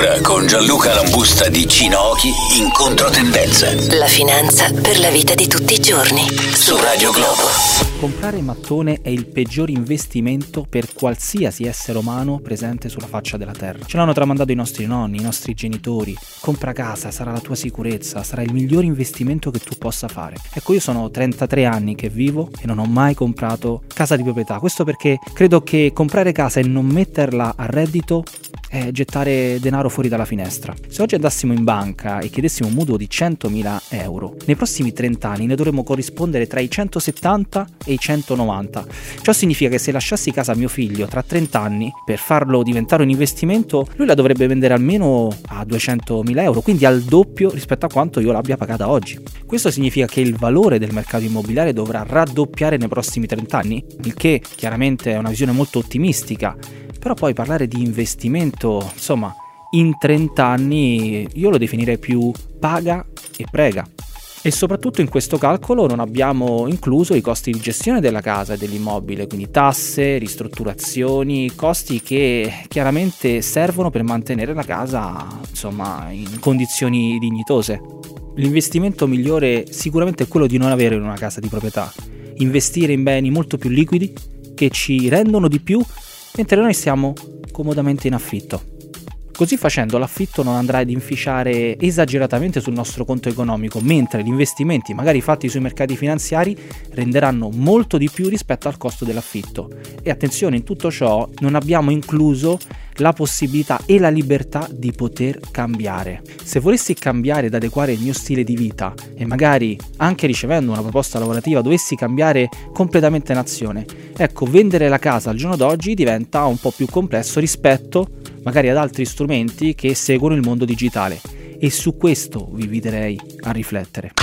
Ora con Gianluca Lambusta di Cinochi in controtendenza. La finanza per la vita di tutti i giorni su Radio Globo. Comprare mattone è il peggior investimento per qualsiasi essere umano presente sulla faccia della terra. Ce l'hanno tramandato i nostri nonni, i nostri genitori. Compra casa, sarà la tua sicurezza, sarà il miglior investimento che tu possa fare. Ecco, io sono 33 anni che vivo e non ho mai comprato casa di proprietà. Questo perché credo che comprare casa e non metterla a reddito è gettare denaro fuori dalla finestra. Se oggi andassimo in banca e chiedessimo un mutuo di 100.000 euro, nei prossimi 30 anni ne dovremmo corrispondere tra i 170 e i 190. Ciò significa che se lasciassi casa a mio figlio tra 30 anni per farlo diventare un investimento, lui la dovrebbe vendere almeno a 200.000 euro, quindi al doppio rispetto a quanto io l'abbia pagata oggi. Questo significa che il valore del mercato immobiliare dovrà raddoppiare nei prossimi 30 anni, il che chiaramente è una visione molto ottimistica. Però poi parlare di investimento, insomma, in 30 anni io lo definirei più paga e prega. E soprattutto in questo calcolo non abbiamo incluso i costi di gestione della casa e dell'immobile, quindi tasse, ristrutturazioni, costi che chiaramente servono per mantenere la casa, insomma, in condizioni dignitose. L'investimento migliore sicuramente è quello di non avere una casa di proprietà, investire in beni molto più liquidi che ci rendono di più mentre noi stiamo comodamente in affitto. Così facendo l'affitto non andrà ad inficiare esageratamente sul nostro conto economico, mentre gli investimenti magari fatti sui mercati finanziari renderanno molto di più rispetto al costo dell'affitto. E attenzione, in tutto ciò non abbiamo incluso la possibilità e la libertà di poter cambiare. Se volessi cambiare ed adeguare il mio stile di vita e magari anche ricevendo una proposta lavorativa dovessi cambiare completamente nazione, ecco, vendere la casa al giorno d'oggi diventa un po' più complesso rispetto magari ad altri strumenti che seguono il mondo digitale. E su questo vi inviterei a riflettere.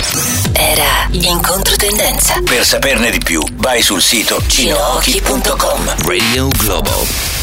Era in controtendenza. Per saperne di più, vai sul sito cinochi.com. Radio Globo.